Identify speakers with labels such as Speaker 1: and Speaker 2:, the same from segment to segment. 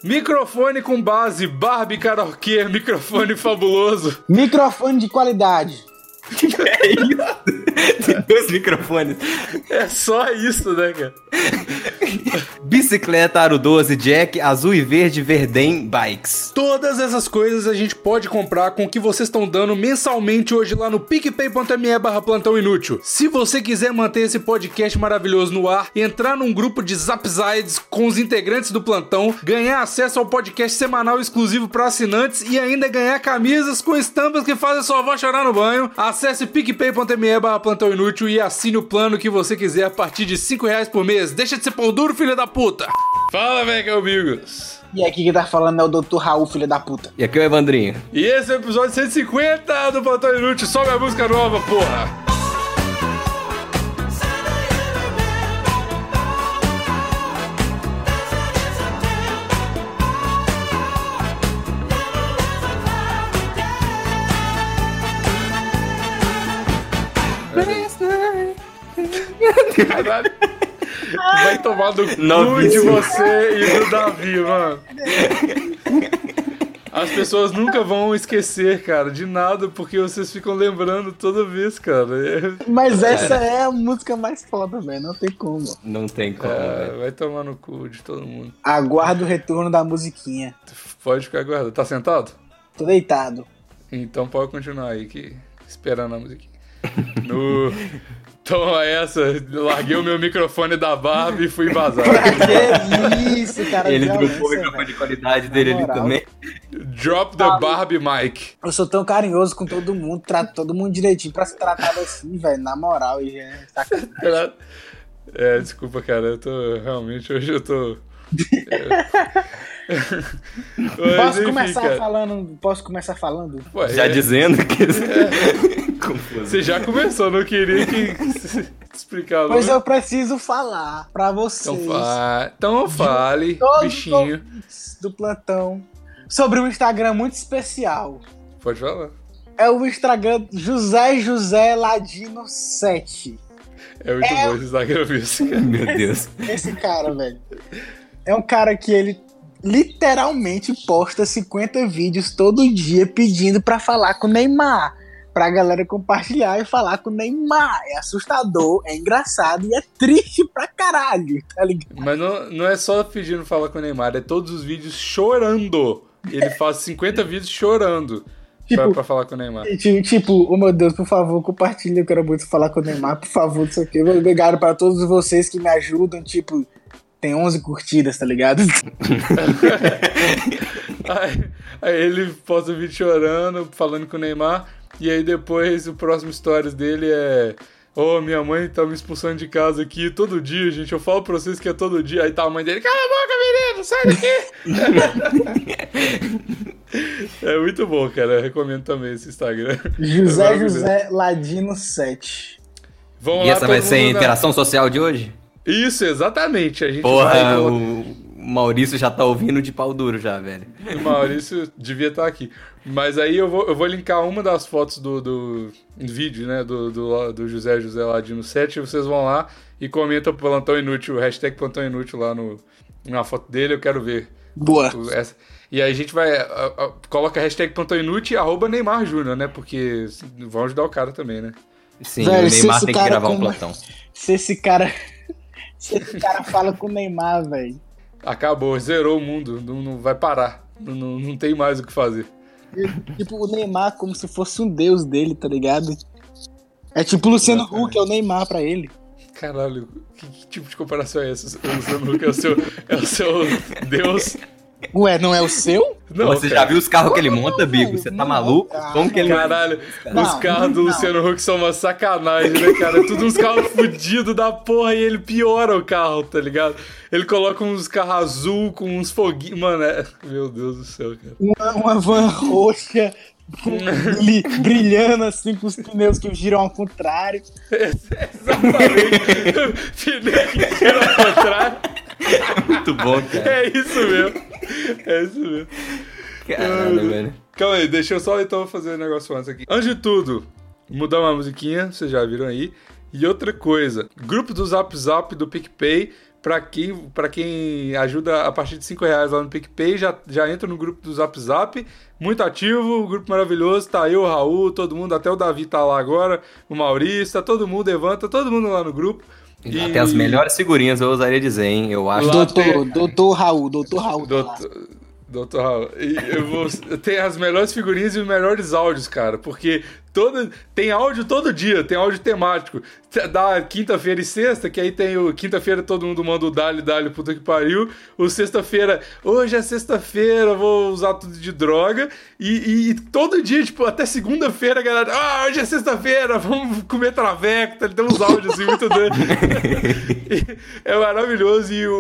Speaker 1: Microfone com base, Barbie karaokê, microfone fabuloso.
Speaker 2: Microfone de qualidade.
Speaker 3: É isso. Tem 2 microfones.
Speaker 1: É só isso, né, cara?
Speaker 3: Bicicleta Aro 12 Jack, azul e verde Verdem Bikes.
Speaker 1: Todas essas coisas a gente pode comprar com o que vocês estão dando mensalmente hoje lá no picpay.me/plantão inútil. Se você quiser manter esse podcast maravilhoso no ar, entrar num grupo de Zapsides com os integrantes do plantão, ganhar acesso ao podcast semanal exclusivo para assinantes e ainda ganhar camisas com estampas que fazem sua avó chorar no banho, acesse picpay.me/plantão inútil e assine o plano que você quiser a partir de R$5 por mês. Deixa de ser pão duro, filho da puta! Fala, velho, amigos!
Speaker 2: E aqui quem tá falando é o Dr. Raul, filho da puta.
Speaker 3: E aqui é o Evandrinho.
Speaker 1: E esse é o episódio 150 do Plantão Inútil. Sobe a música nova, porra! Caralho. Vai tomar do cu de você e do Davi, mano. As pessoas nunca vão esquecer, cara, de nada, porque vocês ficam lembrando toda vez, cara.
Speaker 2: Mas essa é a música mais foda, velho. Não tem como.
Speaker 3: Não tem como, velho.
Speaker 1: Vai tomar no cu de todo mundo.
Speaker 2: Aguardo o retorno da musiquinha.
Speaker 1: Pode ficar aguardando. Tá sentado?
Speaker 2: Tô deitado.
Speaker 1: Então pode continuar aí, esperando a musiquinha. Toma essa, larguei o meu microfone da Barbie e fui vazar.
Speaker 2: Que isso, cara.
Speaker 3: Ele dropou o microfone de qualidade dele ali também.
Speaker 1: Drop the Barbie mic.
Speaker 2: Eu sou tão carinhoso com todo mundo, trato todo mundo direitinho pra ser tratado assim, velho, na moral. E já tá...
Speaker 1: Desculpa, cara, hoje eu tô...
Speaker 2: Posso começar falando?
Speaker 1: Ué,
Speaker 3: já dizendo que...
Speaker 1: Você já começou, não queria que explicar.
Speaker 2: Pois eu preciso falar pra vocês.
Speaker 1: Então fale, bichinho.
Speaker 2: Do plantão. Sobre um Instagram muito especial.
Speaker 1: Pode falar.
Speaker 2: É o Instagram José Ladino 7.
Speaker 1: É muito bom esse Instagram, viu?
Speaker 3: Meu Deus.
Speaker 2: Esse cara, velho. É um cara que ele literalmente posta 50 vídeos todo dia pedindo pra falar com o Neymar. Pra galera compartilhar e falar com o Neymar. É assustador, é engraçado e é triste pra caralho, tá ligado?
Speaker 1: Mas não é só pedindo falar com o Neymar, é todos os vídeos chorando. Ele faz 50 vídeos chorando pra falar com o Neymar.
Speaker 2: Tipo, oh meu Deus, por favor, compartilha, eu quero muito falar com o Neymar, por favor, isso aqui. Obrigado pra todos vocês que me ajudam, tipo... Tem 11 curtidas, tá ligado?
Speaker 1: aí ele posta o vídeo chorando, falando com o Neymar, e aí depois o próximo stories dele é... minha mãe tá me expulsando de casa aqui todo dia, gente, eu falo pra vocês que é todo dia. Aí tá a mãe dele, cala a boca, menino, sai daqui! É muito bom, cara, eu recomendo também esse Instagram.
Speaker 2: José Ladino 7.
Speaker 1: Vamos
Speaker 3: e
Speaker 1: lá,
Speaker 3: essa vai ser a interação social de hoje?
Speaker 1: Isso, exatamente. A gente
Speaker 3: vai... O Maurício já tá ouvindo de pau duro já, velho.
Speaker 1: O Maurício devia estar aqui. Mas aí eu vou linkar uma das fotos do vídeo, né, do José Ladino 7, e vocês vão lá e comentam Plantão Inútil, hashtag Plantão Inútil lá na foto dele, eu quero ver.
Speaker 2: Boa.
Speaker 1: E aí a gente vai... coloca a hashtag Plantão Inútil e @Neymar Júnior, né, porque vão ajudar o cara também, né?
Speaker 3: Sim, velho, o Neymar tem que gravar um plantão.
Speaker 2: Se esse cara fala com o Neymar, velho.
Speaker 1: Acabou, zerou o mundo, não vai parar, não tem mais o que fazer.
Speaker 2: Tipo, o Neymar como se fosse um deus dele, tá ligado? É tipo o Luciano Huck, é o Neymar pra ele.
Speaker 1: Caralho, que tipo de comparação é essa? O Luciano Huck é o seu deus?
Speaker 2: Ué, não é o seu?
Speaker 3: Não, você cara. Já viu os carros que ele monta, Bigo? Você tá maluco? Como que ele...
Speaker 1: Caralho, os carros do Luciano Huck são uma sacanagem, né, cara? É tudo uns carros fudidos da porra e ele piora o carro, tá ligado? Ele coloca uns carros azul com uns foguinhos. Mano, meu Deus do céu, cara.
Speaker 2: Uma van roxa brilhando assim com os pneus que giram ao contrário.
Speaker 1: Exatamente. Pneu que giram ao contrário.
Speaker 3: Muito bom, cara.
Speaker 1: É isso mesmo.
Speaker 3: Caralho, velho.
Speaker 1: Calma aí, deixa eu só então fazer um negócio antes aqui. Antes de tudo, mudar uma musiquinha, vocês já viram aí. E outra coisa, grupo do Zap Zap do PicPay Pra quem ajuda a partir de R$5 lá no PicPay, já entra no grupo do Zap Zap, muito ativo, grupo maravilhoso, tá eu, o Raul, todo mundo, até o Davi tá lá agora, o Maurício, tá todo mundo, Evan, tá todo mundo lá no grupo.
Speaker 3: Já tem as melhores figurinhas, eu ousaria dizer, hein? Eu acho.
Speaker 2: Doutor Raul.
Speaker 1: Doutor Raul, tem as melhores figurinhas e os melhores áudios, cara, porque tem áudio todo dia, tem áudio temático, da quinta-feira e sexta, que aí tem o quinta-feira todo mundo manda o Dali, puta que pariu, o sexta-feira, hoje é sexta-feira, vou usar tudo de droga, e todo dia, tipo, até segunda-feira, a galera, hoje é sexta-feira, vamos comer traveco, tem uns áudios assim, muito doidos. É maravilhoso, e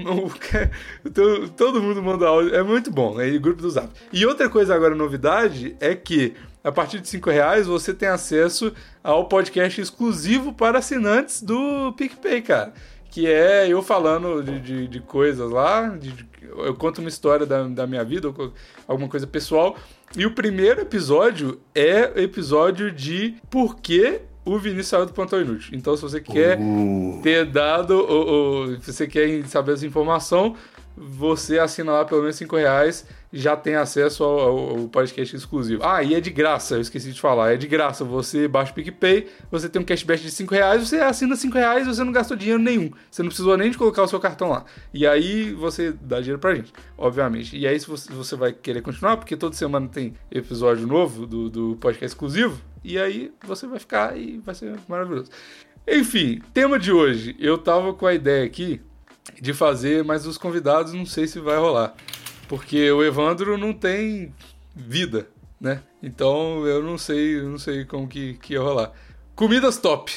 Speaker 1: todo mundo manda áudio, é muito bom, né, e o grupo do Zap. E outra coisa agora, novidade, é que a partir de R$5 você tem acesso ao podcast exclusivo para assinantes do PicPay, cara. Que é eu falando de coisas lá, eu conto uma história da minha vida, alguma coisa pessoal. E o primeiro episódio é o episódio de por que o Vinícius saiu do Plantão Inútil. Então, se você quer ter dado, ou se você quer saber essa informação, você assina lá pelo menos R$5 e já tem acesso ao podcast exclusivo. E é de graça, eu esqueci de falar. É de graça, você baixa o PicPay, você tem um cashback de R$5, você assina R$5 e você não gastou dinheiro nenhum. Você não precisou nem de colocar o seu cartão lá. E aí você dá dinheiro pra gente, obviamente. E aí se você vai querer continuar, porque toda semana tem episódio novo do podcast exclusivo, e aí você vai ficar e vai ser maravilhoso. Enfim, tema de hoje. Eu tava com a ideia aqui de fazer, mas os convidados não sei se vai rolar. Porque o Evandro não tem vida, né? Então eu não sei como que ia rolar. Comidas top.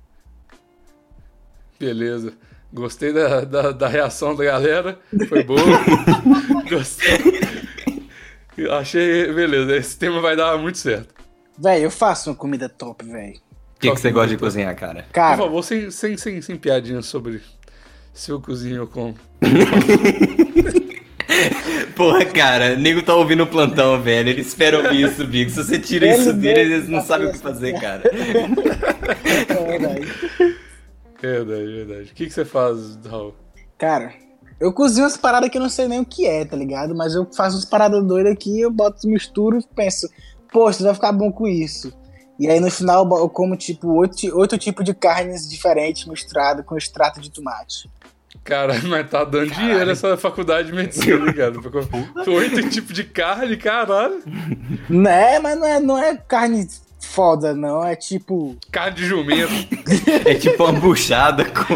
Speaker 1: Beleza. Gostei da reação da galera. Foi boa. Gostei. Achei... Beleza, esse tema vai dar muito certo.
Speaker 2: Véi, eu faço uma comida top, véi.
Speaker 3: O que você gosta de cozinhar, cara?
Speaker 1: Por favor, sem piadinhas sobre se eu cozinho ou como.
Speaker 3: Porra, cara, o nego tá ouvindo o plantão, velho. Ele espera ouvir isso, Bico. Se você tira isso dele, eles não sabem o que fazer, cara.
Speaker 1: É verdade. O que você faz, Raul?
Speaker 2: Cara, eu cozinho umas paradas que eu não sei nem o que é, tá ligado? Mas eu faço umas paradas doidas aqui, eu boto, misturo e penso, poxa, vai ficar bom com isso. E aí no final eu como tipo 8 tipos de carnes diferentes misturado com extrato de tomate.
Speaker 1: Cara, mas tá dando dinheiro essa faculdade de medicina, cara. 8 tipos de carne, caralho.
Speaker 2: Né, mas não é carne foda, não. É tipo...
Speaker 1: carne de jumento.
Speaker 3: É tipo uma buchada com...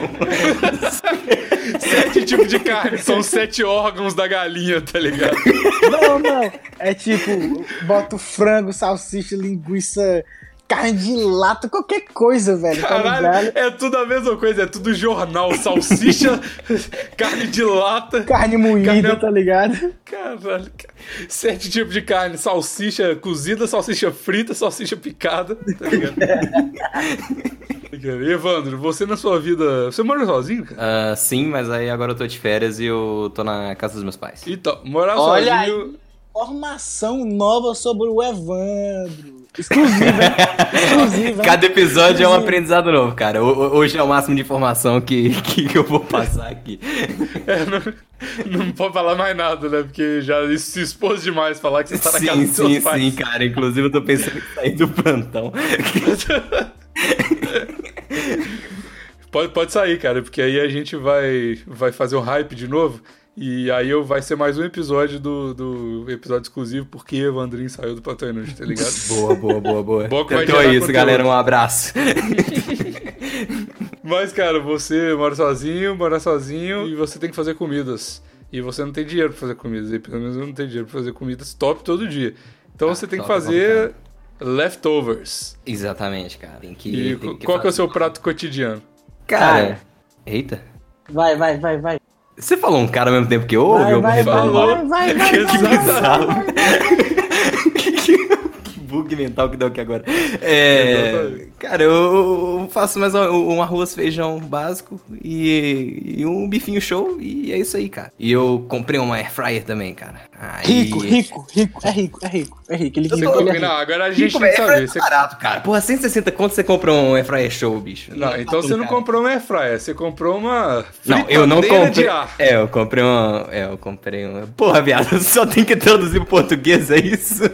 Speaker 1: 7 tipos de carne, são 7 órgãos da galinha, tá ligado?
Speaker 2: Não. É tipo, boto frango, salsicha, linguiça... carne de lata, qualquer coisa, velho.
Speaker 1: Caralho, é tudo a mesma coisa, é tudo jornal, salsicha, carne de lata.
Speaker 2: Carne moída, tá ligado?
Speaker 1: Caralho, 7 tipos de carne, salsicha cozida, salsicha frita, salsicha picada, tá ligado? Evandro, você na sua vida, você mora sozinho, cara?
Speaker 3: Sim, mas aí agora eu tô de férias e eu tô na casa dos meus pais.
Speaker 1: Então, morar
Speaker 2: sozinho...
Speaker 1: Aí,
Speaker 2: informação nova sobre o Evandro. Exclusiva.
Speaker 3: Cada episódio é um aprendizado novo, cara. Hoje é o máximo de informação que eu vou passar aqui.
Speaker 1: Não pode falar mais nada, né? Porque já isso se expôs demais falar que você tá na casa dos seus pais.
Speaker 3: Sim, cara. Inclusive eu tô pensando em sair do plantão.
Speaker 1: Pode sair, cara, porque aí a gente vai fazer um hype de novo. E aí vai ser mais um episódio do episódio exclusivo porque o Evandrinho saiu do Plantão Inútil, tá ligado?
Speaker 3: Boa.
Speaker 1: Então
Speaker 3: é isso, conteúdo. Galera, um abraço.
Speaker 1: Mas, cara, você mora sozinho e você tem que fazer comidas. E você não tem dinheiro pra fazer comidas. E pelo menos eu não tenho dinheiro pra fazer comidas top todo dia. Então você tem que fazer leftovers.
Speaker 3: Exatamente, cara.
Speaker 1: Qual que é o seu prato cotidiano?
Speaker 3: Cara, eita.
Speaker 2: Vai.
Speaker 3: Você falou um cara ao mesmo tempo que eu ouvi?
Speaker 2: Vai.
Speaker 3: Que bizarro. Que bug bug mental que deu aqui agora. Cara, eu faço mais um arroz, feijão básico e um bifinho show e é isso aí, cara. E eu comprei uma air fryer também, cara.
Speaker 2: Rico. É rico.
Speaker 1: Não, agora a gente não
Speaker 3: Air
Speaker 1: sabe.
Speaker 3: fryer é barato, cara. Porra, 160 conto você compra um air fryer show, bicho.
Speaker 1: Não, então você não comprou uma air fryer, você comprou uma
Speaker 3: Não, eu não
Speaker 1: fritadeira
Speaker 3: comprei.
Speaker 1: de ar.
Speaker 3: Eu comprei uma. Porra, viado, só tem que traduzir pro português, é isso?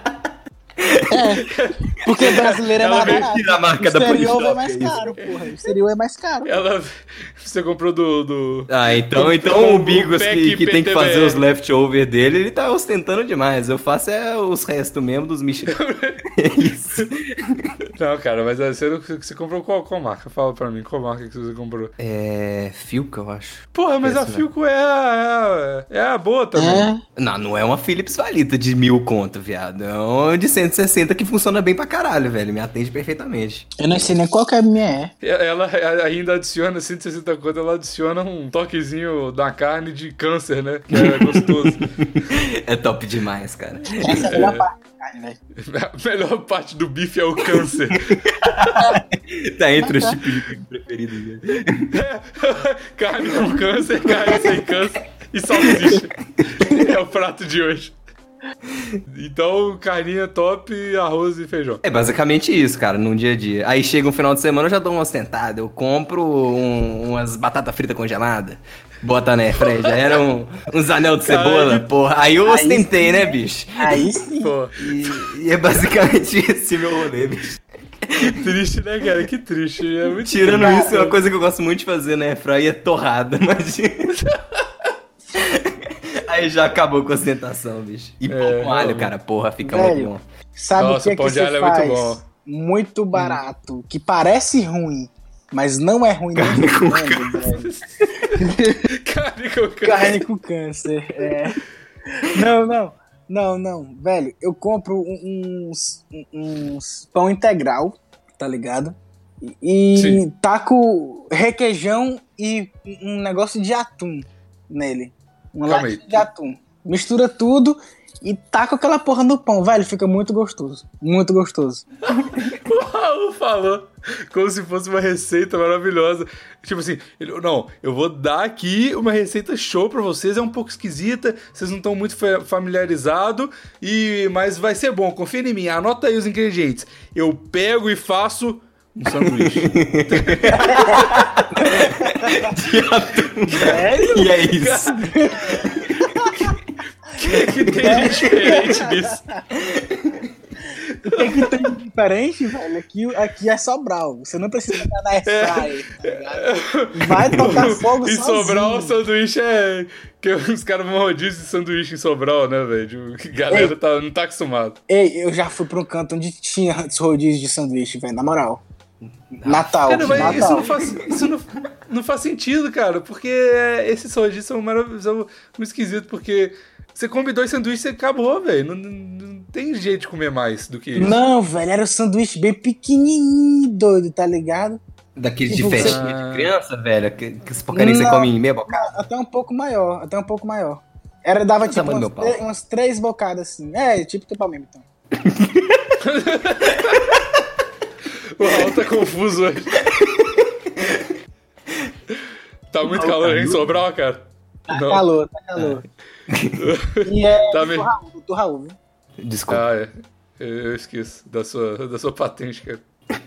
Speaker 2: Porque brasileiro é
Speaker 3: Ela
Speaker 2: mais
Speaker 3: veio
Speaker 2: barato.
Speaker 3: tirar a marca
Speaker 2: O
Speaker 3: da
Speaker 2: exterior
Speaker 3: Polishop,
Speaker 2: é mais
Speaker 3: é isso.
Speaker 2: caro, porra. O exterior é mais caro.
Speaker 1: Você comprou do...
Speaker 3: Então o Bigos
Speaker 1: Pack
Speaker 3: que tem que
Speaker 1: PTBR.
Speaker 3: fazer os leftover dele, ele tá ostentando demais. Eu faço os restos mesmo dos Michelin. É isso.
Speaker 1: Não, cara, mas você comprou qual marca? Fala pra mim, qual marca que você comprou?
Speaker 3: Filco, eu acho.
Speaker 1: Porra, mas a Philco é a boa também.
Speaker 3: Não é uma Philips Valita de 1.000 conto, viado. É uma de 160 que funciona bem pra caralho, velho. Me atende perfeitamente.
Speaker 2: Eu não sei nem qual que é a minha
Speaker 1: Ela ainda adiciona 160 conto, ela adiciona um toquezinho da carne de câncer, né? Que é gostoso.
Speaker 3: É top demais, cara.
Speaker 2: Essa é a melhor parte da carne, velho.
Speaker 1: A melhor parte do bife é o câncer.
Speaker 3: Tá entre os tipos de bife preferidos. Né?
Speaker 1: Carne com câncer, carne sem câncer e salsicha. É o prato de hoje. Então, carninha top, arroz e feijão.
Speaker 3: É basicamente isso, cara, num dia a dia. Aí chega um final de semana, eu já dou uma ostentada. Eu compro umas batatas fritas congeladas, bota na airfryer, já era uns anel de cebola, porra. Aí eu ostentei, né, bicho?
Speaker 2: Aí sim.
Speaker 1: Pô,
Speaker 3: E é basicamente esse meu rolê, bicho.
Speaker 1: que triste, né, cara? Que triste. É muito
Speaker 3: Tirando
Speaker 1: triste.
Speaker 3: isso, uma coisa que eu gosto muito de fazer na airfryer é torrada, imagina. Aí já acabou com a ostentação, bicho. E pão com alho, cara, porra, fica
Speaker 2: Velho,
Speaker 3: muito bom.
Speaker 2: Sabe o
Speaker 1: Nossa,
Speaker 2: que,
Speaker 1: pão
Speaker 2: que
Speaker 1: de
Speaker 2: você
Speaker 1: alho é
Speaker 2: faz?
Speaker 1: muito bom.
Speaker 2: Muito barato, que parece ruim, mas não é ruim nem
Speaker 3: Carne com
Speaker 2: fudendo, velho.
Speaker 1: Carne com câncer.
Speaker 2: Carne com câncer, Não, velho, eu compro uns pão integral, tá ligado? E
Speaker 1: Sim.
Speaker 2: taco requeijão e um negócio de atum nele. Uma
Speaker 1: Calma
Speaker 2: latinha
Speaker 1: aí.
Speaker 2: de atum. Mistura tudo e taca aquela porra no pão, velho, fica muito gostoso. Muito gostoso.
Speaker 1: O Raul falou como se fosse uma receita maravilhosa. Tipo assim, eu vou dar aqui uma receita show pra vocês, é um pouco esquisita, vocês não estão muito familiarizados, mas vai ser bom, confia em mim, anota aí os ingredientes. Eu pego e faço um sanduíche.
Speaker 3: E é isso.
Speaker 1: O que tem de diferente nisso?
Speaker 2: O que tem de diferente, velho? Aqui é Sobral. Você não precisa ficar na airfryer, tá ligado? Vai tocar fogo
Speaker 1: Em
Speaker 2: sozinho.
Speaker 1: Sobral, o sanduíche é... Que os caras vão rodízio de sanduíche em Sobral, né, velho? A galera não tá acostumada.
Speaker 2: Ei, eu já fui pra um canto onde tinha antes rodízio de sanduíche, velho, na moral. Natal,
Speaker 1: Cara, mas
Speaker 2: Natal.
Speaker 1: isso não faz sentido, cara, porque esses rodízios são maravilhosos, são muito esquisitos, porque você come 2 sanduíches e acabou, velho. Não tem jeito de comer mais do que isso.
Speaker 2: Não, velho, era um sanduíche bem pequenininho, doido, tá ligado?
Speaker 3: Daquele
Speaker 2: Tipo,
Speaker 3: de festinha
Speaker 1: você-
Speaker 3: de criança, velho, que esse porcaria você
Speaker 2: Não.
Speaker 3: come em meia bocada.
Speaker 2: Até um pouco maior. Dava tipo
Speaker 3: tamanho do meu pau.
Speaker 2: umas 3 bocadas assim. Tipo teu pau mesmo, então.
Speaker 1: O Raul tá confuso hoje. Tá muito
Speaker 3: Raul
Speaker 1: calor
Speaker 3: tá
Speaker 1: em
Speaker 3: nu.
Speaker 1: Sobral, cara?
Speaker 2: Tá
Speaker 1: Não.
Speaker 2: calor. E é
Speaker 1: Tá
Speaker 2: do
Speaker 1: mesmo.
Speaker 2: Raul, viu?
Speaker 3: Desculpa.
Speaker 1: Ah, é. Eu esqueço da sua patente, cara.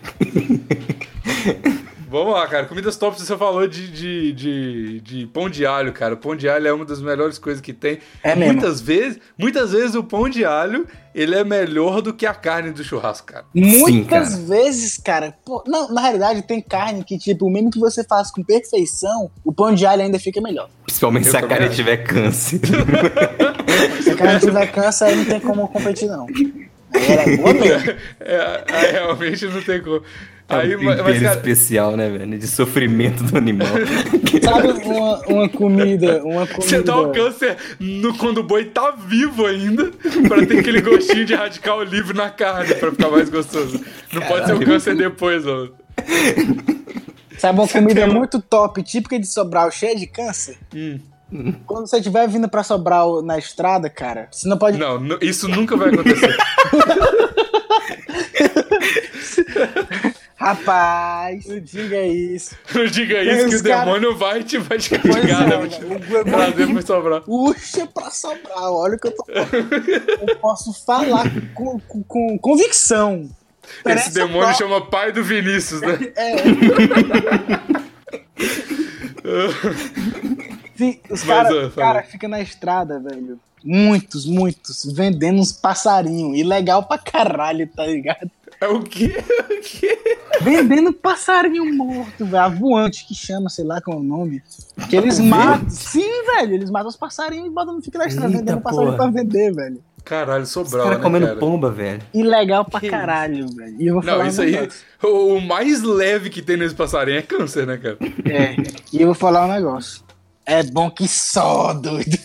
Speaker 1: Vamos lá, cara. Comidas tops, você falou de pão de alho, cara. O pão de alho é uma das melhores coisas que tem.
Speaker 2: É mesmo.
Speaker 1: Muitas vezes o pão de alho, ele é melhor do que a carne do churrasco, cara.
Speaker 2: Muitas
Speaker 3: cara.
Speaker 2: vezes, cara. Pô, não, na realidade, tem carne que, tipo, o mesmo que você faz com perfeição, o pão de alho ainda fica melhor.
Speaker 3: Principalmente
Speaker 1: Eu
Speaker 3: se a
Speaker 1: também
Speaker 3: cara
Speaker 1: acho.
Speaker 3: tiver câncer.
Speaker 2: Se a carne tiver câncer, aí não tem como competir, não. Aí ela é boa mesmo.
Speaker 1: Aí realmente não tem como. Aí,
Speaker 3: É um
Speaker 1: mas,
Speaker 3: tempero
Speaker 1: cara,
Speaker 3: especial, né, velho? De sofrimento do animal.
Speaker 2: Sabe uma comida.
Speaker 1: você dá o câncer quando o boi tá vivo ainda, pra ter aquele gostinho de radical livre na carne, pra ficar mais gostoso. Não pode ser o câncer depois, ó.
Speaker 2: Sabe uma comida muito top, típica de Sobral, cheia de câncer? Quando você estiver vindo pra Sobral na estrada, cara, você não pode.
Speaker 1: Não, isso nunca vai acontecer.
Speaker 2: Rapaz, não diga isso.
Speaker 1: Não diga isso, que o demônio vai te castigar, né? Prazer pra sobrar.
Speaker 2: Puxa pra sobrar, olha o que eu tô falando. Eu posso falar com convicção.
Speaker 1: Esse demônio chama pai do Vinícius, né?
Speaker 2: Sim, os caras ficam na estrada, velho. Muitos, vendendo uns passarinhos. Ilegal pra caralho, tá ligado?
Speaker 1: É o quê?
Speaker 2: Vendendo passarinho morto, velho. Voante que chama, sei lá qual é o nome. Que eles matam. Sim, velho. Eles matam os passarinhos e botam, fica na estrada vendendo passarinho pra vender, velho.
Speaker 1: Caralho, Sobral,
Speaker 3: né, cara? comendo
Speaker 1: cara?
Speaker 3: pomba, velho.
Speaker 2: Ilegal pra caralho, velho. E eu vou falar
Speaker 1: isso aí, o mais leve que tem nesse passarinho é câncer, né, cara?
Speaker 2: E eu vou falar um negócio. É bom que só, doido.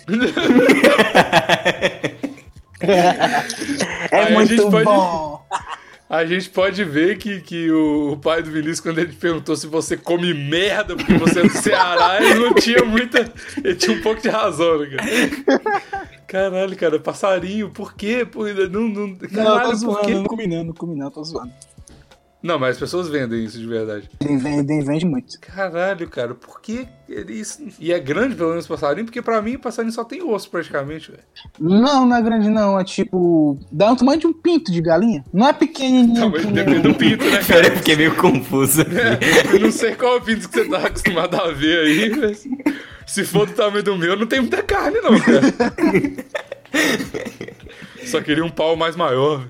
Speaker 2: Muito bom.
Speaker 1: A gente pode ver que o pai do Vinícius, quando ele perguntou se você come merda porque você é do Ceará, ele não tinha muita... Ele tinha um pouco de razão, né, cara? Caralho, cara, passarinho, por quê? Caralho,
Speaker 2: não, tô zoando, por quê? Não comi não, tô zoando.
Speaker 1: Não, mas as pessoas vendem isso de verdade.
Speaker 2: Vende muito.
Speaker 1: Caralho, cara, por que isso? E é grande, pelo menos, passarinho? Porque pra mim, passarinho só tem osso, praticamente, velho.
Speaker 2: Não é grande, não. É tipo... Dá um tamanho de um pinto de galinha. Não é pequenininho.
Speaker 1: Não, mas depende do pinto, né, cara?
Speaker 3: Eu fiquei meio confuso aqui.
Speaker 1: Eu não sei qual é o pinto que você tá acostumado a ver aí, mas... Se for do tamanho do meu, não tem muita carne, não, cara. Só queria um pau mais maior.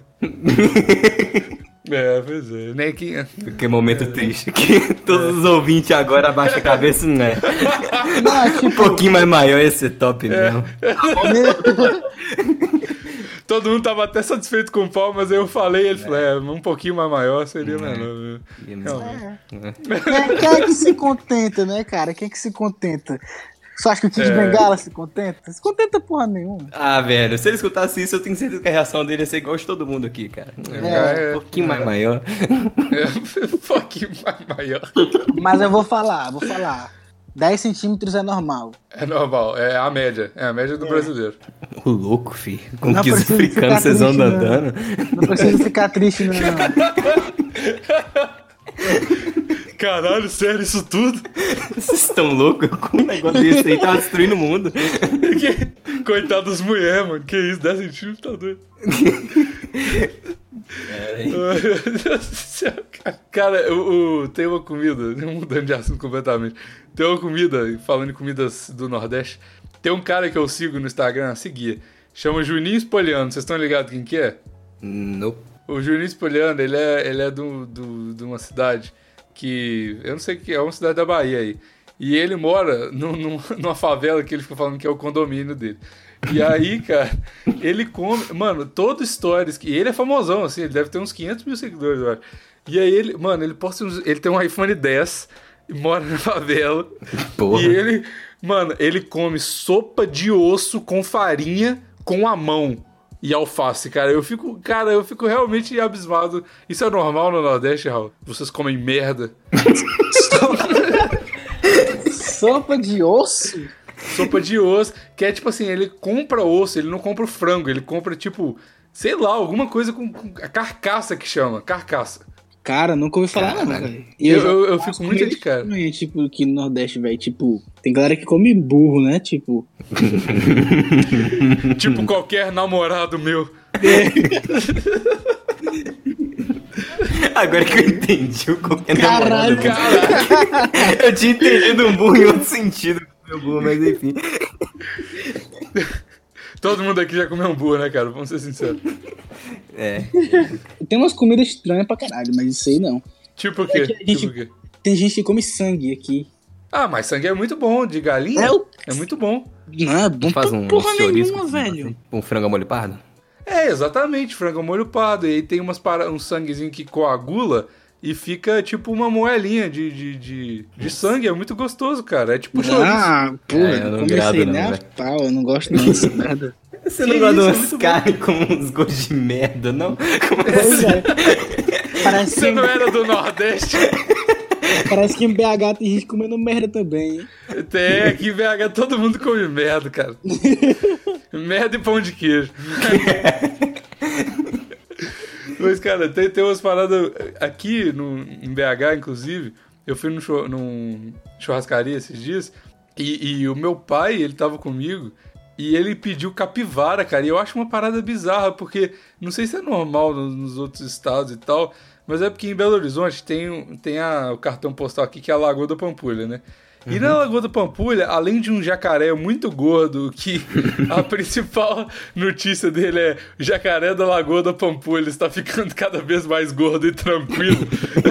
Speaker 1: Pois é. Nem que...
Speaker 3: momento triste. Que todos os ouvintes agora abaixam a cabeça, não é? Não, tipo... Um pouquinho mais maior ia ser top mesmo.
Speaker 1: Todo mundo tava até satisfeito com o pau, mas aí eu falei, ele falou, um pouquinho mais maior seria melhor.
Speaker 2: Quem é que se contenta, né, cara? Quem é que se contenta? Você acha que o Kid Bengala se contenta? Se contenta porra nenhuma.
Speaker 3: Ah, velho, se ele escutasse isso, eu tenho certeza que a reação dele ia ser igual de todo mundo aqui, cara. Um pouquinho mais maior.
Speaker 1: Um pouquinho mais maior.
Speaker 2: Mas eu vou falar. 10 centímetros é normal.
Speaker 1: É normal, é a média. É a média do brasileiro.
Speaker 3: O louco, filho. Com que os africanos vocês vão andando.
Speaker 2: Não precisa ficar triste, não.
Speaker 1: Caralho, sério, isso tudo?
Speaker 3: Vocês estão loucos? Com um negócio desse aí tava destruindo o mundo.
Speaker 1: Coitado das mulheres, mano. Que isso, 10 centímetros tá doido. Meu Deus do céu, cara. Cara, tem uma comida, mudando de assunto completamente. Tem uma comida, falando em comidas do Nordeste, tem um cara que eu sigo no Instagram, a seguir. Chama Juninho Espoliano. Vocês estão ligados quem que é?
Speaker 3: Não.
Speaker 1: O Juninho Espoliano, ele é de uma cidade que... Eu não sei o que é, uma cidade da Bahia aí. E ele mora numa favela que ele fica falando que é o condomínio dele. E aí, cara, ele come... Mano, todo stories... E ele é famosão, assim, ele deve ter uns 500 mil seguidores, eu acho. E aí ele... Mano, ele posta... Ele tem um iPhone 10 e mora na favela.
Speaker 3: Porra.
Speaker 1: E ele... Mano, ele come sopa de osso com farinha com a mão e alface, cara. Eu fico realmente abismado. Isso é normal no Nordeste, Raul? Vocês comem merda?
Speaker 2: Sopa de osso?
Speaker 1: Sopa de osso, que é tipo assim, ele compra osso, ele não compra o frango, ele compra tipo, sei lá, alguma coisa com a carcaça que chama, carcaça.
Speaker 2: Cara, nunca ouvi falar não, velho.
Speaker 1: Eu fico muito de cara.
Speaker 2: Tipo, que no Nordeste, velho, tipo, tem galera que come burro, né, tipo...
Speaker 1: Tipo qualquer namorado meu.
Speaker 3: Agora que eu entendi o qualquer
Speaker 2: namorado.
Speaker 1: Caralho.
Speaker 3: Eu tinha entendido um burro em outro sentido, meu burro, mas enfim.
Speaker 1: Todo mundo aqui já comeu hambúrguer, né, cara? Vamos ser sinceros.
Speaker 2: Tem umas comidas estranhas pra caralho, mas isso aí não.
Speaker 1: Tipo o quê?
Speaker 2: Tipo o quê? Tem gente que come sangue aqui.
Speaker 1: Ah, mas sangue é muito bom, de galinha. É muito bom.
Speaker 2: Não, é bom
Speaker 3: pra
Speaker 2: porra nenhuma, velho.
Speaker 3: Assim, um frango ao molho pardo?
Speaker 1: É, exatamente, frango ao molho pardo. E aí tem um sanguezinho que coagula e fica tipo uma moelinha de sangue. É muito gostoso, cara. É tipo chouriço.
Speaker 2: Ah, porra,
Speaker 3: eu não grado
Speaker 2: nem a pau, eu não gosto não dessa merda.
Speaker 3: Você não gosta de umas carnes com uns gostos de merda, não?
Speaker 2: Pois é. Parece
Speaker 1: Você não era do Nordeste?
Speaker 2: Parece que em BH tem gente comendo merda também, hein?
Speaker 1: Tem, aqui em BH todo mundo come merda, cara. Mas, cara, tem umas paradas aqui em BH, inclusive. Eu fui num churrascaria esses dias e o meu pai, ele tava comigo e ele pediu capivara, cara. E eu acho uma parada bizarra, porque não sei se é normal nos outros estados e tal, mas é porque em Belo Horizonte tem o cartão postal aqui que é a Lagoa da Pampulha, né? E na Lagoa da Pampulha, além de um jacaré muito gordo, que a principal notícia dele é: o jacaré da Lagoa da Pampulha está ficando cada vez mais gordo e tranquilo.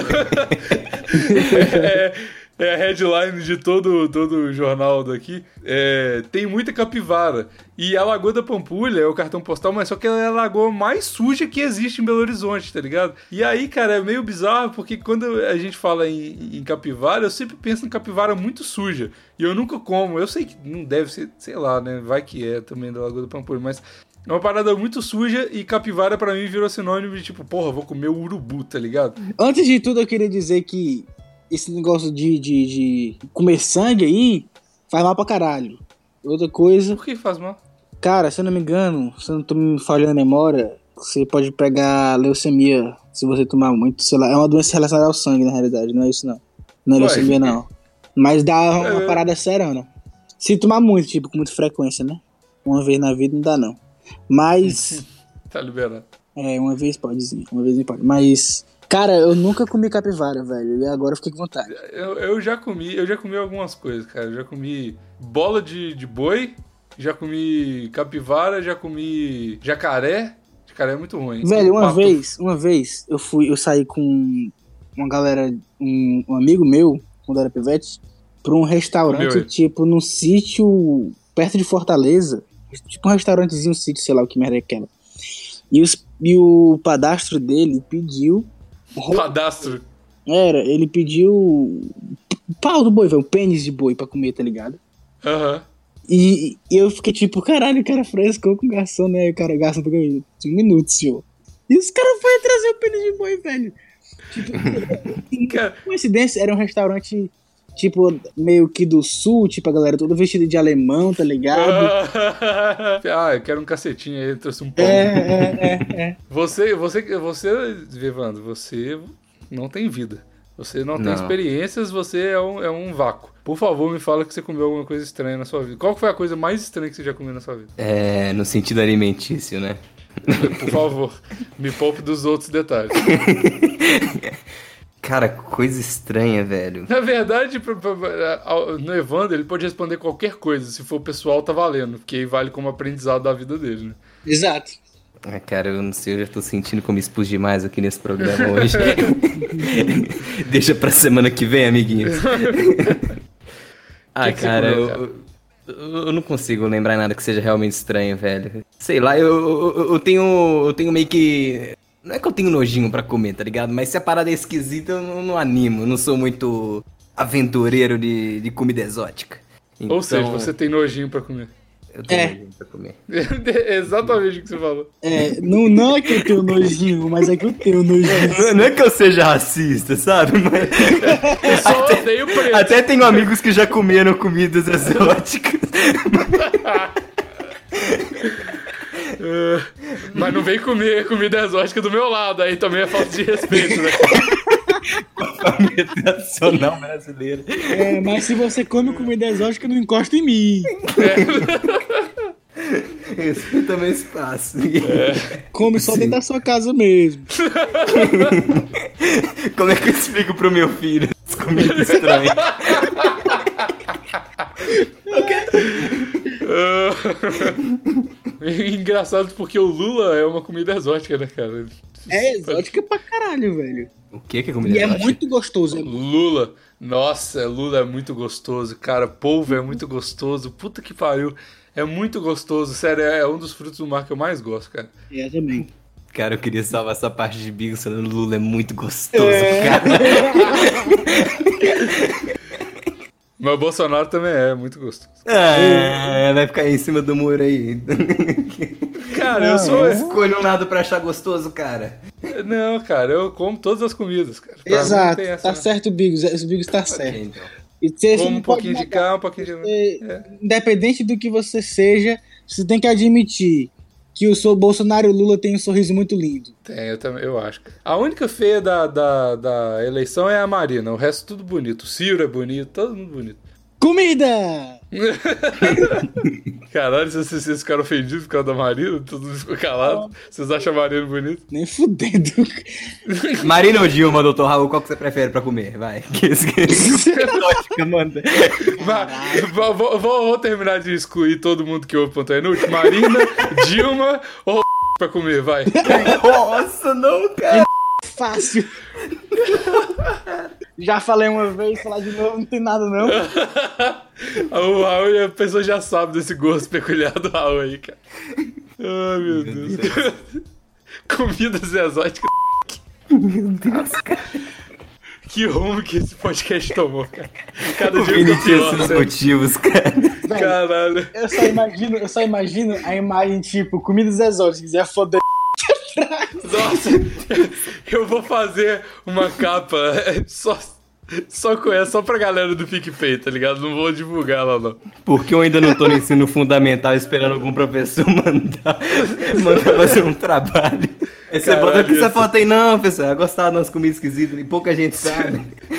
Speaker 1: É a headline de todo o jornal daqui. Tem muita capivara. E a Lagoa da Pampulha é o cartão postal, mas só que ela é a lagoa mais suja que existe em Belo Horizonte, tá ligado? E aí, cara, é meio bizarro, porque quando a gente fala em capivara, eu sempre penso em capivara muito suja. E eu nunca como. Eu sei que não deve ser, sei lá, né? Vai que é também da Lagoa da Pampulha, mas é uma parada muito suja e capivara pra mim virou sinônimo de tipo, porra, vou comer o urubu, tá ligado?
Speaker 2: Antes de tudo, eu queria dizer que esse negócio de comer sangue aí faz mal pra caralho. Outra coisa...
Speaker 1: Por que faz mal?
Speaker 2: Cara, se eu não me engano, se eu não tô me falhando a memória, você pode pegar leucemia se você tomar muito, sei lá. É uma doença relacionada ao sangue, na realidade, não é isso não. Não é leucemia, não. Mas dá uma parada séria, né? Se tomar muito, tipo, com muita frequência, né? Uma vez na vida não dá, não. Mas...
Speaker 1: Tá liberado.
Speaker 2: Uma vez pode, sim. Uma vez pode. Mas... Cara, eu nunca comi capivara, velho. E agora eu fiquei com vontade.
Speaker 1: Eu já comi algumas coisas, cara. Eu já comi bola de boi, já comi capivara, já comi jacaré. Jacaré é muito ruim.
Speaker 2: Velho, uma vez eu saí com uma galera, um amigo meu, quando era pivete, pra um restaurante, tipo, num sítio perto de Fortaleza. Tipo um restaurantezinho, um sítio, sei lá o que merda é aquela. E o padastro dele pediu...
Speaker 1: Padastro.
Speaker 2: Ele pediu pau do boi, velho, o pênis de boi pra comer, tá ligado?
Speaker 1: Aham.
Speaker 2: E eu fiquei tipo, caralho, o cara frescou com o garçom, né? O cara garçom pegou um minuto, senhor. E os caras foram trazer o pênis de boi, velho. Tipo, coincidência, era um restaurante, tipo, meio que do sul, tipo, a galera toda vestida de alemão, tá ligado?
Speaker 1: Eu quero um cacetinho aí, trouxe um pão. Você, Vivando, você não tem vida. Você não tem experiências, você é um vácuo. Por favor, me fala que você comeu alguma coisa estranha na sua vida. Qual foi a coisa mais estranha que você já comeu na sua vida?
Speaker 3: No sentido alimentício, né?
Speaker 1: Por favor, me poupe dos outros detalhes.
Speaker 3: Cara, coisa estranha, velho.
Speaker 1: Na verdade, no Evandro, ele pode responder qualquer coisa. Se for pessoal, tá valendo. Porque aí vale como aprendizado da vida dele, né?
Speaker 2: Exato.
Speaker 3: Cara, eu não sei, eu já tô sentindo que eu me expus demais aqui nesse programa hoje. Deixa pra semana que vem, amiguinhos. Cara, eu não consigo lembrar nada que seja realmente estranho, velho. Sei lá, eu tenho meio que... Não é que eu tenho nojinho pra comer, tá ligado? Mas se a parada é esquisita, eu não animo. Eu não sou muito aventureiro de comida exótica. Então...
Speaker 1: Ou seja, você tem nojinho pra comer.
Speaker 3: Eu tenho nojinho pra comer.
Speaker 1: Exatamente o que você falou.
Speaker 2: Não é que eu tenho nojinho, mas é que eu tenho nojinho.
Speaker 3: Não é que eu seja racista, sabe? Mas...
Speaker 1: Eu só odeio preto.
Speaker 3: Até tenho amigos que já comeram comidas exóticas.
Speaker 1: Mas não vem comer comida exótica do meu lado, aí também é falta de respeito, né?
Speaker 3: Com a família tradicional brasileira.
Speaker 2: Mas se você come comida exótica, não encosta em mim.
Speaker 3: Respeita meu espaço.
Speaker 2: Come só dentro da sua casa mesmo.
Speaker 3: Como é que eu explico pro meu filho essa comida estranha?
Speaker 1: Engraçado porque o Lula é uma comida exótica, né, cara?
Speaker 2: É exótica pra caralho, velho.
Speaker 3: O que é comida
Speaker 2: exótica? E
Speaker 3: exótica?
Speaker 2: É muito gostoso.
Speaker 1: Lula. Nossa, Lula é muito gostoso, cara. Polvo é muito gostoso. Puta que pariu. É muito gostoso. Sério, é um dos frutos do mar que eu mais gosto, cara.
Speaker 2: Eu também.
Speaker 3: Cara, eu queria salvar essa parte de Bigos falando Lula é muito gostoso, cara.
Speaker 1: Mas o Bolsonaro também é muito gostoso.
Speaker 3: Vai ficar aí em cima do muro aí.
Speaker 1: Cara, eu sou...
Speaker 3: Escolho um lado pra achar gostoso, cara.
Speaker 1: Não, cara, eu como todas as comidas, cara.
Speaker 2: Exato, tá certo o Bigos. O Bigos tá certo.
Speaker 3: Então.
Speaker 2: E você
Speaker 1: como um pouquinho de cá, um pouquinho de...
Speaker 2: Independente do que você seja, você tem que admitir que o Bolsonaro e o Lula têm um sorriso muito lindo.
Speaker 1: Tem, eu acho. A única feia da eleição é a Marina, o resto tudo bonito. O Ciro é bonito, todo mundo bonito.
Speaker 2: Comida!
Speaker 1: Caralho, vocês ficaram ofendidos por causa da Marina? Todo mundo ficou calado. Vocês acham a Marina bonita?
Speaker 2: Nem fudendo.
Speaker 3: Marina ou Dilma, doutor Raul, qual que você prefere pra comer? Vai. Lógica, manda.
Speaker 1: Vou terminar de excluir todo mundo que ouve o Plantão Inútil. Marina, Dilma ou pra comer, vai.
Speaker 3: Nossa, não, cara.
Speaker 2: Fácil. Já falei uma vez, falar de novo, não tem nada não.
Speaker 1: O Raul, a pessoa já sabe desse gosto peculiar do Raul aí, cara. Ai, meu Deus. Comidas exóticas.
Speaker 3: Meu Deus, cara.
Speaker 1: Que rumo que esse podcast tomou, cara. Cada dia
Speaker 3: Ele
Speaker 1: fica
Speaker 3: tinha
Speaker 1: pior,
Speaker 3: seus
Speaker 1: sério.
Speaker 3: motivos, cara.
Speaker 2: Velho,
Speaker 1: Caralho.
Speaker 2: eu só imagino a imagem tipo, comidas exóticas e a foda.
Speaker 1: Nossa, eu vou fazer uma capa só com essa, só pra galera do PicPay, tá ligado? Não vou divulgar lá, não.
Speaker 3: Porque eu ainda não tô no ensino fundamental esperando algum professor mandar fazer um trabalho. Aí você
Speaker 1: Caralho,
Speaker 3: bota aqui essa
Speaker 1: isso.
Speaker 3: foto aí, não, pessoal, eu gostava das comidas esquisitas e pouca gente sabe.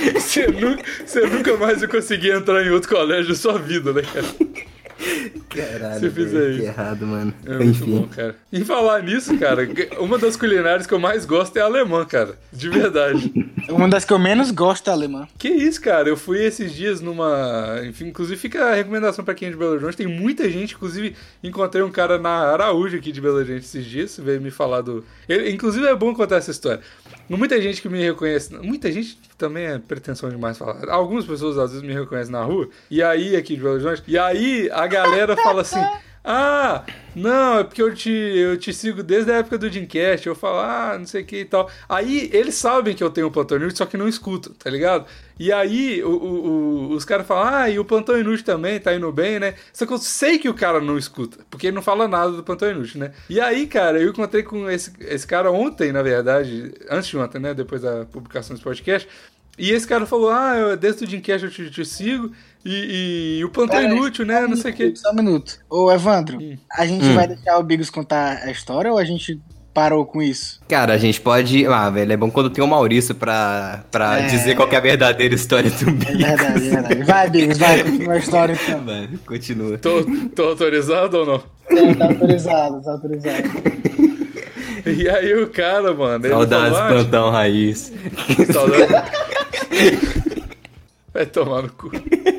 Speaker 1: Você nunca mais vai conseguir entrar em outro colégio na sua vida, né, cara?
Speaker 3: Caralho,
Speaker 1: Se fizer
Speaker 3: velho,
Speaker 1: isso.
Speaker 3: que errado, mano.
Speaker 1: É muito
Speaker 3: Enfim.
Speaker 1: bom, cara. Em falar nisso, cara, uma das culinárias que eu mais gosto é a alemã, cara. De verdade.
Speaker 2: Uma das que eu menos gosto é a alemã.
Speaker 1: Que isso, cara? Eu fui esses dias numa... Enfim, inclusive fica a recomendação pra quem é de Belo Horizonte. Tem muita gente, inclusive encontrei um cara na Araújo aqui de Belo Horizonte esses dias, veio me falar do... Inclusive é bom contar essa história. Muita gente que me reconhece... Muita gente também é pretensão demais falar. Algumas pessoas às vezes me reconhecem na rua, e aí aqui de Belo Horizonte, e aí a galera fala assim... Ah, não, é porque eu te sigo desde a época do Dreamcast. Eu falo, não sei o que e tal. Aí eles sabem que eu tenho um Plantão Inútil, só que não escutam, tá ligado? E aí os caras falam, e o Plantão Inútil também tá indo bem, né? Só que eu sei que o cara não escuta, porque ele não fala nada do Plantão Inútil, né? E aí, cara, eu encontrei com esse cara ontem, na verdade, antes de ontem, né? Depois da publicação desse podcast. E esse cara falou, desde o Dreamcast eu te sigo. E o Plantão Inútil, né? Não sei o que.
Speaker 2: Só um minuto. Ô, Evandro, a gente vai deixar o Bigos contar a história ou a gente parou com isso?
Speaker 3: Cara, a gente pode... velho, é bom quando tem o Maurício pra dizer qual que é a verdadeira história do Bigos.
Speaker 2: É verdade. Vai, Bigos, vai, continua a história então.
Speaker 3: Vai, continua.
Speaker 1: Tô autorizado ou não?
Speaker 2: Tá autorizado.
Speaker 1: E aí o cara, mano...
Speaker 3: Saudades, Plantão Raiz.
Speaker 1: Saudades. Vai tomar no cu.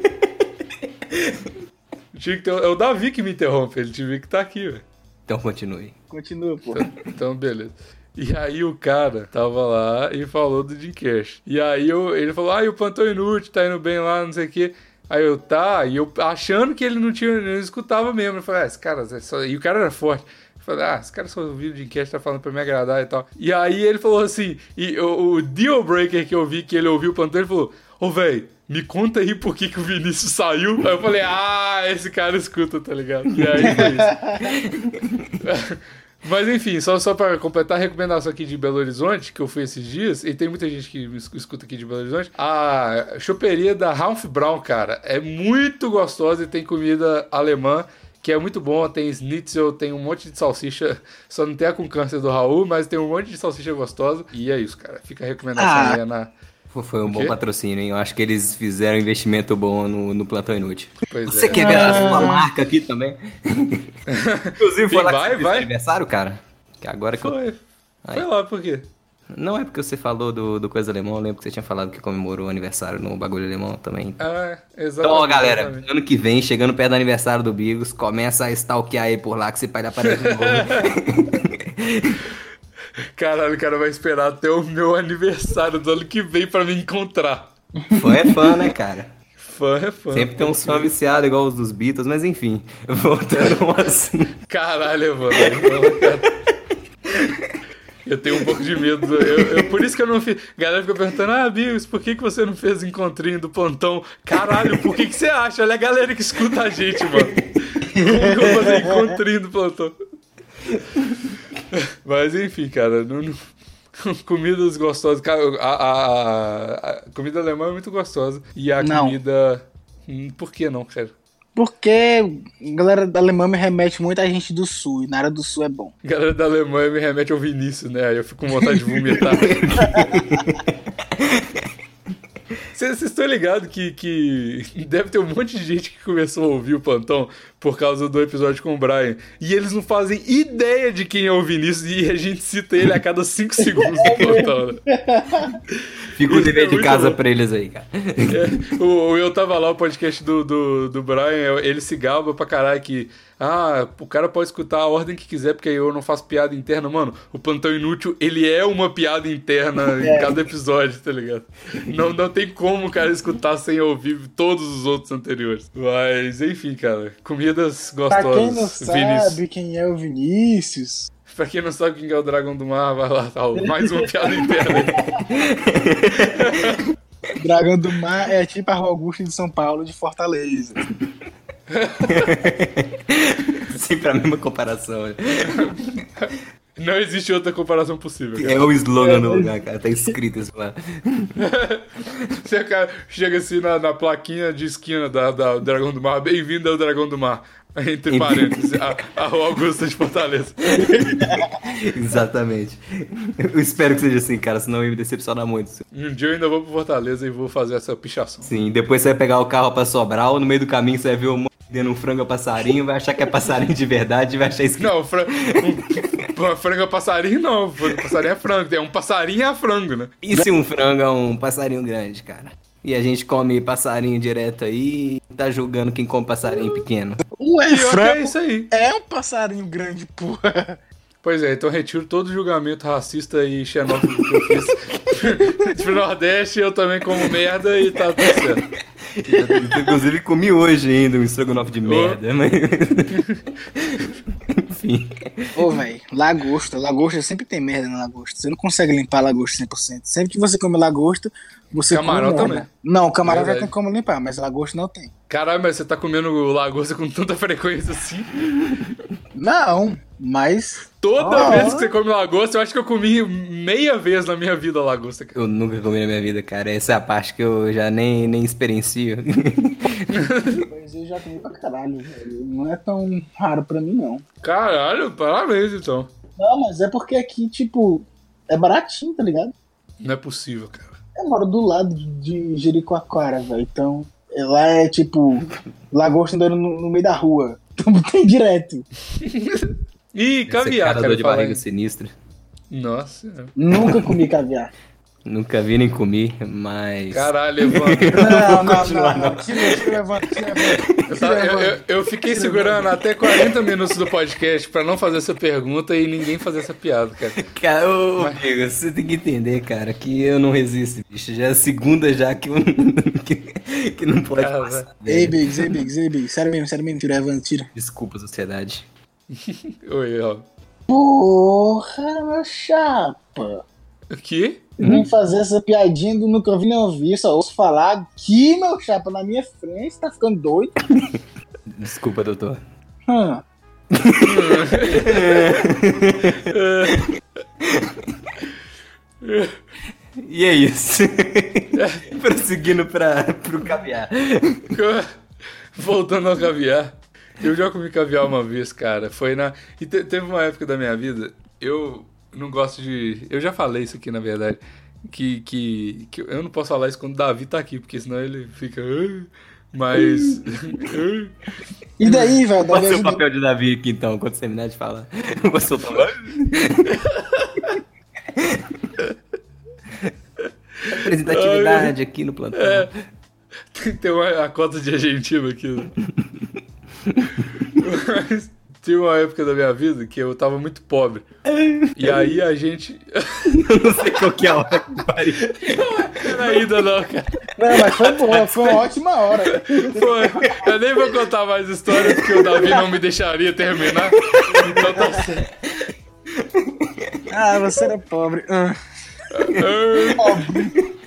Speaker 1: Tinha que ter... É o Davi que me interrompe, ele tinha que estar aqui, velho.
Speaker 3: Então continue.
Speaker 2: Continua, pô.
Speaker 1: Então, beleza. E aí o cara tava lá e falou do Dreamcast. E aí ele falou, o Plantão Inútil tá indo bem lá, não sei o quê. Aí e eu achando que ele não escutava mesmo. Eu falei, esse cara... E o cara era forte. Eu falei, esse cara só ouviu o Dreamcast, tá falando pra me agradar e tal. E aí ele falou assim, e o deal breaker que eu vi, que ele ouviu o Plantão, ele falou, velho, me conta aí por que o Vinícius saiu. Aí eu falei, esse cara escuta, tá ligado? E aí foi isso. Mas enfim, só pra completar a recomendação aqui de Belo Horizonte, que eu fui esses dias, e tem muita gente que me escuta aqui de Belo Horizonte, a choperia da Ralph Brown, cara, é muito gostosa e tem comida alemã, que é muito bom, tem schnitzel, tem um monte de salsicha, só não tem a com câncer do Raul, mas tem um monte de salsicha gostosa, e é isso, cara, fica a recomendação aí na...
Speaker 3: Foi um bom patrocínio, hein? Eu acho que eles fizeram um investimento bom no Plantão Inútil.
Speaker 1: Pois
Speaker 3: Você quer ver a sua marca aqui também? Inclusive, foi lá que você fez aniversário, cara? Que agora que
Speaker 1: Foi lá, por quê?
Speaker 3: Não é porque você falou do Coisa Alemão, eu lembro que você tinha falado que comemorou o aniversário no Bagulho Alemão também.
Speaker 1: Exatamente.
Speaker 3: Então, galera, ano que vem, chegando perto do aniversário do Bigos, começa a stalkear aí por lá, que esse pai da parede de novo.
Speaker 1: Caralho, o cara vai esperar até o meu aniversário do ano que vem pra me encontrar.
Speaker 3: Fã é fã, né, cara?
Speaker 1: Fã é fã.
Speaker 3: Sempre tem uns fãs viciados igual os dos Beatles, mas enfim, voltando assim.
Speaker 1: Caralho, mano. Eu tenho um pouco de medo. Por isso que eu não fiz. A galera fica perguntando, Bigos, por que você não fez encontrinho do Plantão? Caralho, por que você acha? Olha a galera que escuta a gente, mano. Como que eu vou fazer encontrinho do Plantão? Mas enfim, cara, comidas gostosas. Cara, a comida alemã é muito gostosa. E a comida... Por que não, cara?
Speaker 2: Porque a galera da Alemanha me remete muito a gente do Sul, e na área do Sul é bom.
Speaker 1: A galera da Alemanha me remete ao Vinícius, né? Aí eu fico com vontade de vomitar. Vocês estão ligados que deve ter um monte de gente que começou a ouvir o Plantão por causa do episódio com o Brian. E eles não fazem ideia de quem é o Vinícius e a gente cita ele a cada 5 segundos no Plantão, né?
Speaker 3: Fica o dever de casa pra eles aí, cara.
Speaker 1: Eu tava lá, o podcast do Brian, ele se gaba pra caralho que... o cara pode escutar a ordem que quiser, porque eu não faço piada interna. Mano, o Plantão Inútil, ele é uma piada interna em cada episódio, tá ligado? Não tem como o cara escutar sem ouvir todos os outros anteriores. Mas, enfim, cara, comidas gostosas.
Speaker 2: Pra quem não sabe quem é o Vinícius...
Speaker 1: Pra quem não sabe quem é o Dragão do Mar, vai lá, mais uma piada interna aí.
Speaker 2: Dragão do Mar é tipo a Rua Augusta de São Paulo de Fortaleza.
Speaker 3: Sempre a mesma comparação. Né?
Speaker 1: Não existe outra comparação possível, cara.
Speaker 3: É o slogan do lugar, cara. Tá escrito isso lá.
Speaker 1: Você, cara, chega assim na plaquinha de esquina do Dragão do Mar. Bem-vindo ao Dragão do Mar. Entre parênteses, a Rua Augusta de Fortaleza.
Speaker 3: Exatamente. Eu espero que seja assim, cara, senão eu ia me decepcionar muito.
Speaker 1: Um dia eu ainda vou pro Fortaleza e vou fazer essa pichação.
Speaker 3: Sim, depois você vai pegar o carro pra Sobral, no meio do caminho você vai ver o dando um frango a passarinho, vai achar que é passarinho de verdade e vai achar escrito.
Speaker 1: Não, frango a passarinho não, passarinho é frango, é um passarinho a frango, né?
Speaker 3: E se um frango é um passarinho grande, cara? E a gente come passarinho direto aí e tá julgando quem come passarinho pequeno.
Speaker 2: Ué, frango
Speaker 1: é isso aí.
Speaker 2: É um passarinho grande, porra.
Speaker 1: Pois é, então retiro todo o julgamento racista e xenófobo que eu fiz pro Nordeste, eu também como merda e tá tudo certo.
Speaker 3: Inclusive comi hoje ainda um estrogonofe de merda, mas... Enfim.
Speaker 2: Ô, velho, lagosta sempre tem merda na lagosta. Você não consegue limpar a lagosta 100%. Sempre que você come lagosta, você
Speaker 1: camarão
Speaker 2: come
Speaker 1: também.
Speaker 2: Não, o camarão já tem como limpar, mas a lagosta não tem.
Speaker 1: Caralho, mas você tá comendo lagosta com tanta frequência assim?
Speaker 2: Não, mas...
Speaker 1: Toda vez que você come lagosta, eu acho que eu comi meia vez na minha vida lagosta, cara.
Speaker 3: Eu nunca comi na minha vida, cara. Essa é a parte que eu já nem experiencio.
Speaker 2: Mas eu já comi pra caralho, velho. Não é tão raro pra mim, não.
Speaker 1: Caralho, parabéns, então.
Speaker 2: Não, mas é porque aqui, tipo, é baratinho, tá ligado?
Speaker 1: Não é possível, cara.
Speaker 2: Eu moro do lado de Jericoacoara, velho. Então, lá é tipo, lagosta andando no meio da rua. Então tem direto.
Speaker 1: Ih, caviar, cara.
Speaker 3: De barriga sinistra.
Speaker 1: Nossa.
Speaker 2: Nunca comi caviar.
Speaker 3: Nunca vi nem comi, mas...
Speaker 1: Caralho, Evandro.
Speaker 2: Não. Tira, Evandro.
Speaker 1: Eu fiquei segurando até 40 minutos do podcast pra não fazer essa pergunta e ninguém fazer essa piada, cara.
Speaker 3: Cara, amigo, você tem que entender, cara, que eu não resisto, bicho. Já é a segunda já que eu que não pode passar.
Speaker 2: Ei, Biggs. Sério mesmo. Tira, Evandro, tira.
Speaker 3: Desculpa, sociedade.
Speaker 1: Oi, ó.
Speaker 2: Porra, meu chapa.
Speaker 1: O quê?
Speaker 2: Vem fazer essa piadinha do nunca vi nem ouvi, só ouço falar aqui, meu chapa, na minha frente, tá ficando doido?
Speaker 3: Desculpa, doutor. E é isso. Prosseguindo pro caviar.
Speaker 1: Voltando ao caviar. Eu já comi caviar uma vez, cara. Foi na... E teve uma época da minha vida, eu não gosto de... Eu já falei isso aqui, na verdade. Que eu não posso falar isso quando o Davi tá aqui, porque senão ele fica... Mas...
Speaker 2: E daí, velho?
Speaker 3: Pode ser o papel de Davi aqui, então, quando você terminar de falar. Eu vou soltar representatividade aqui no plantão.
Speaker 1: Tem que ter a cota de argentino aqui, né? Mas tinha uma época da minha vida que eu tava muito pobre. E aí a gente...
Speaker 3: Eu não sei qual que é a hora que pariu.
Speaker 1: Não era ainda não, cara.
Speaker 2: Não, mas foi boa, foi uma ótima hora.
Speaker 1: Foi. Eu nem vou contar mais histórias porque o Davi não me deixaria terminar. Então tá certo.
Speaker 2: Você era pobre. Pobre.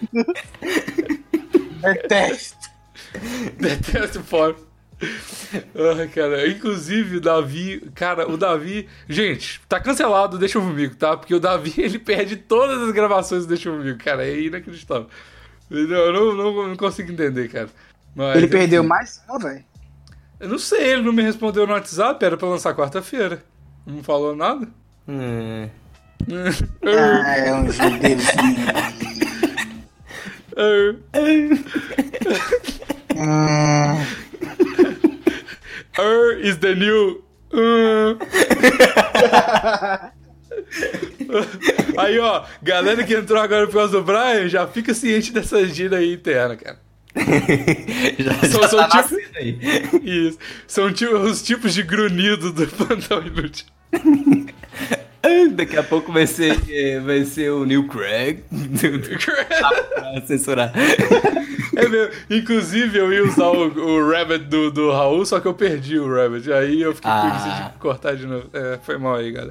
Speaker 1: Detesto pobre. Cara, inclusive o Davi, gente, tá cancelado o Deixa Comigo, tá? Porque o Davi, ele perde todas as gravações do Deixa Comigo, cara, é inacreditável. Eu não consigo entender, cara. Mas,
Speaker 2: ele perdeu mais? Não, velho.
Speaker 1: Eu não sei, ele não me respondeu no WhatsApp, era pra lançar quarta-feira. Não falou nada?
Speaker 2: É um judezinho.
Speaker 1: Is the new... Aí, ó, galera que entrou agora por causa do Brian, já fica ciente dessa gira aí interna, cara.
Speaker 3: já tá nascendo aí.
Speaker 1: Isso. São os tipos de grunhido do Plantão Inútil.
Speaker 3: Daqui a pouco vai ser o Neil Craig. Pra censurar.
Speaker 1: É mesmo. Inclusive, eu ia usar o Rabbit do Raul, só que eu perdi o Rabbit. Aí eu fiquei com preguiça de cortar de novo. Foi mal aí, galera.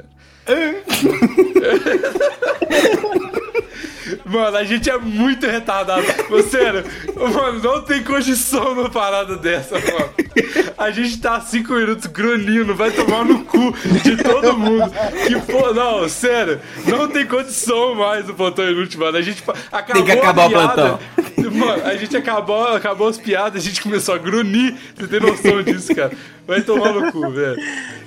Speaker 1: Mano, a gente é muito retardado. Sério, mano, não tem condição numa parada dessa, mano. A gente tá 5 minutos grunhindo, vai tomar no cu de todo mundo. Não, sério, não tem condição mais no Plantão Inútil, mano. A gente acabou.
Speaker 3: Tem que acabar o plantão.
Speaker 1: Mano, a gente acabou as piadas, a gente começou a grunhir. Você tem noção disso, cara? Vai tomar no cu, velho.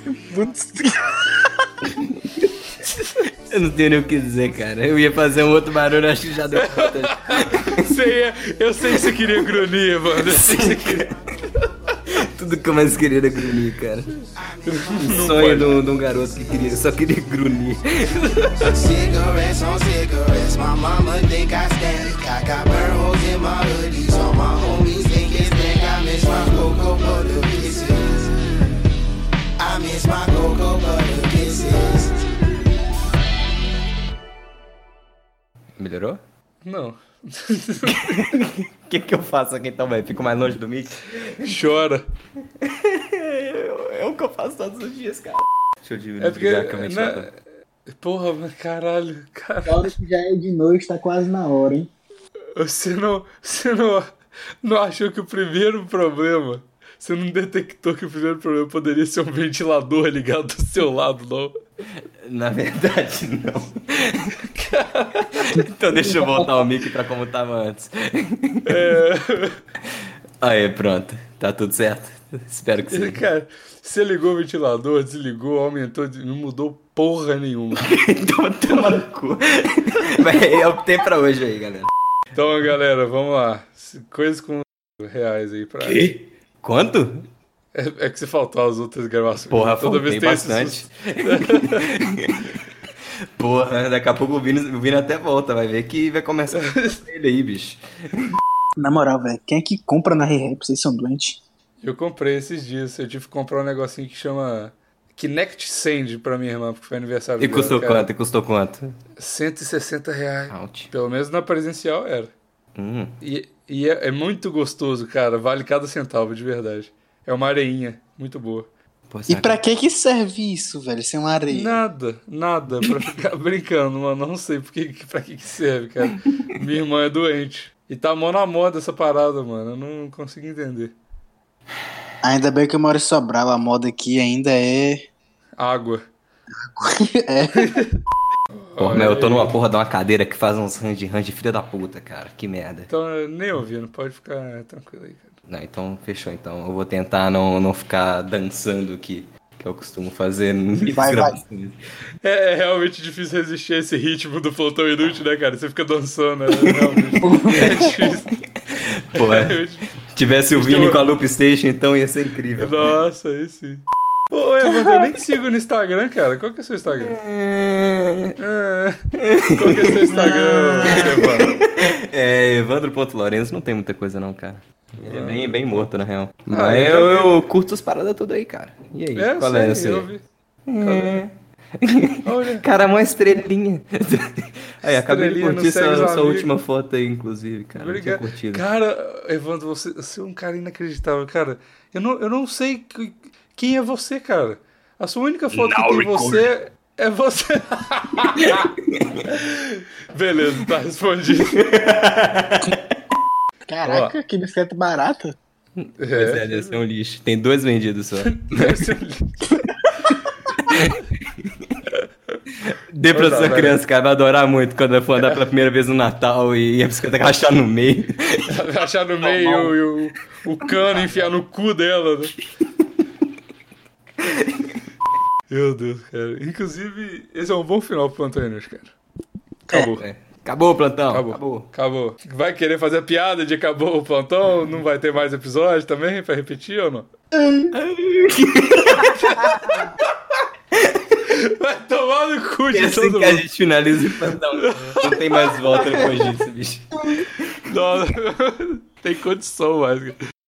Speaker 3: Eu não tenho nem o que dizer, cara. Eu ia fazer um outro barulho, acho que já deu conta.
Speaker 1: Eu sei que você queria grunir, mano. Eu sei que você queria.
Speaker 3: Tudo que eu mais queria era grunir, cara. Um sonho de um garoto que só queria grunir.
Speaker 4: Cigarettes on cigarettes, my mama think I stand. I got burn holes in my hoodie, so my homies think it's big. I miss my cocoa butter kisses. I miss my cocoa butter kisses.
Speaker 3: Melhorou?
Speaker 1: Não.
Speaker 3: O que eu faço aqui então, velho? Fico mais longe do mic?
Speaker 1: Chora.
Speaker 3: É o que eu faço todos os dias, cara. Deixa eu diminuir
Speaker 1: É porque...
Speaker 3: a câmera.
Speaker 1: Porra, mas caralho.
Speaker 2: A hora que já é de noite, tá quase na hora, hein?
Speaker 1: Você não achou que o primeiro problema... Você não detectou que o primeiro problema poderia ser um ventilador ligado do seu lado, não?
Speaker 3: Na verdade, não. Então deixa eu voltar o mic pra como tava antes. Aí, pronto. Tá tudo certo? Espero que sim.
Speaker 1: Cara, você ligou o ventilador, desligou, aumentou, não mudou porra nenhuma.
Speaker 3: Então toma no cu. É o que tem pra hoje aí, galera.
Speaker 1: Então, galera, vamos lá. Coisas com reais aí pra...
Speaker 3: Que? Quanto?
Speaker 1: É que você faltou as outras gravações.
Speaker 3: Porra,
Speaker 1: toda vez tem
Speaker 3: bastante. Porra, daqui a pouco o Vini até volta, vai ver que vai começar ele aí, bicho.
Speaker 2: Na moral, velho, quem é que compra na ReHap? Vocês são doentes?
Speaker 1: Eu comprei esses dias, eu tive que comprar um negocinho que chama Kinect Sand pra minha irmã, porque foi aniversário dela.
Speaker 3: E custou quanto?
Speaker 1: R$160.
Speaker 3: Ouch.
Speaker 1: Pelo menos na presencial era. E é muito gostoso, cara. Vale cada centavo, de verdade. É uma areinha, muito boa.
Speaker 3: Pô,
Speaker 2: E pra que serve isso, velho? Sem uma areia?
Speaker 1: Nada. Pra ficar brincando, mano. Não sei pra que serve, cara. Minha irmã é doente. E tá mó na moda essa parada, mano. Eu não consigo entender.
Speaker 2: Ainda bem que eu moro em Sobral. A moda aqui ainda é...
Speaker 1: Água.
Speaker 3: Porra, mas eu tô numa porra de uma cadeira que faz uns range filha da puta, cara. Que merda.
Speaker 1: Então, nem ouvindo. Pode ficar tranquilo aí, cara.
Speaker 3: Não, então fechou. Então eu vou tentar não ficar dançando que eu costumo fazer nas gravações.
Speaker 1: É realmente difícil resistir a esse ritmo do Plantão Inútil, né, cara? Você fica dançando, realmente. É difícil.
Speaker 3: Pô, tivesse o Vini com a Loop Station, então ia ser incrível.
Speaker 1: Nossa, aí sim. Pô, Evandro, eu nem te sigo no Instagram, cara. Qual que é o seu Instagram? Qual que é o seu Instagram, Evandro?
Speaker 3: É Evandro.Lorenzo, não tem muita coisa não, cara. Ele é bem morto, na real. Mas eu curto as paradas tudo aí, cara. E aí, qual é essa aí?
Speaker 1: Eu vi. Olha.
Speaker 3: Cara, uma estrelinha. Aí, acabei de curtir sua última foto aí, inclusive, cara.
Speaker 1: Obrigado. Cara, Evandro, você é um cara inacreditável, cara. Eu não sei quem é você, cara. A sua única foto que tem você é você. Beleza, tá respondido.
Speaker 2: Caraca, que bicicleta barata.
Speaker 3: Deve ser um lixo. Tem 2 vendidos só.
Speaker 1: Deve ser um lixo.
Speaker 3: Dê pra sua criança, cara, vai adorar muito quando for andar pela primeira vez no Natal e a bicicleta rachar no meio.
Speaker 1: Rachar no meio e o cano enfiar no cu dela, né? Meu Deus, cara. Inclusive, esse é um bom final pro Plantão Inútil, cara. Acabou.
Speaker 3: Acabou o plantão.
Speaker 1: Acabou. Vai querer fazer piada de acabou o plantão? Não vai ter mais episódio também pra repetir ou não? Vai tomar no cu de todo mundo.
Speaker 3: Que a gente finaliza o plantão. Não tem mais volta depois disso, bicho.
Speaker 1: Não tem condição mais.